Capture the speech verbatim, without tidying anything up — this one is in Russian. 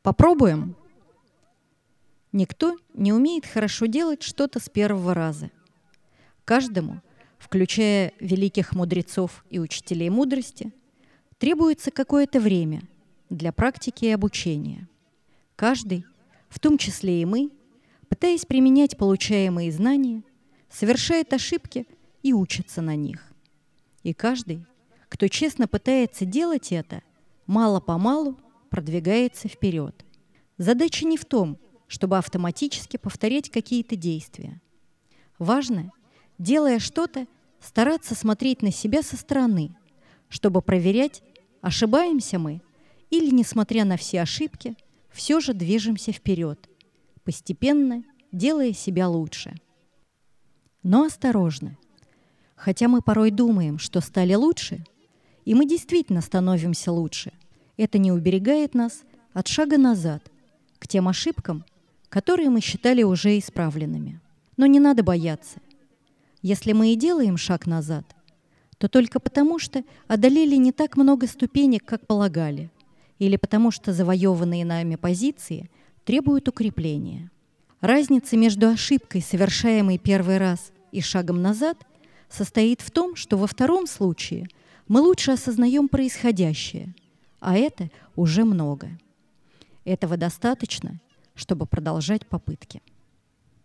Попробуем? Никто не умеет хорошо делать что-то с первого раза. Каждому, включая великих мудрецов и учителей мудрости, требуется какое-то время для практики и обучения. Каждый, в том числе и мы, пытаясь применять получаемые знания, совершает ошибки и учится на них. И каждый, кто честно пытается делать это, мало-помалу продвигается вперед. Задача не в том, чтобы автоматически повторять какие-то действия. Важно, делая что-то, стараться смотреть на себя со стороны, чтобы проверять, ошибаемся мы или, несмотря на все ошибки, все же движемся вперед, постепенно делая себя лучше. Но осторожно. Хотя мы порой думаем, что стали лучше, и мы действительно становимся лучше, это не уберегает нас от шага назад, к тем ошибкам, которые мы считали уже исправленными. Но не надо бояться. Если мы и делаем шаг назад, то только потому, что одолели не так много ступенек, как полагали, или потому что завоеванные нами позиции требуют укрепления. Разница между ошибкой, совершаемой первый раз, и шагом назад состоит в том, что во втором случае мы лучше осознаем происходящее, а это уже много. Этого достаточно, чтобы продолжать попытки.